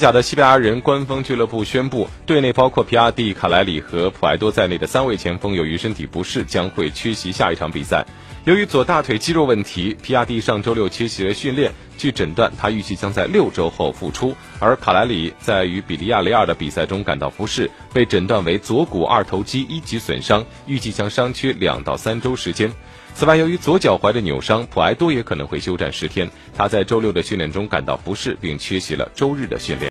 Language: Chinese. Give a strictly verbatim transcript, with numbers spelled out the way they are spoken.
甲的西班牙人官方俱乐部宣布，队内包括皮亚蒂、卡莱里和普埃多在内的三位前锋由于身体不适，将会缺席下一场比赛。由于左大腿肌肉问题，皮亚蒂上周六缺席了训练，据诊断，他预计将在六周后复出。而卡莱里在与比利亚雷亚尔的比赛中感到不适，被诊断为左股二头肌一级损伤，预计将伤缺两到三周时间。此外，由于左脚踝的扭伤，普埃多也可能会休战十天。他在周六的训练中感到不适，并缺席了周日的训练。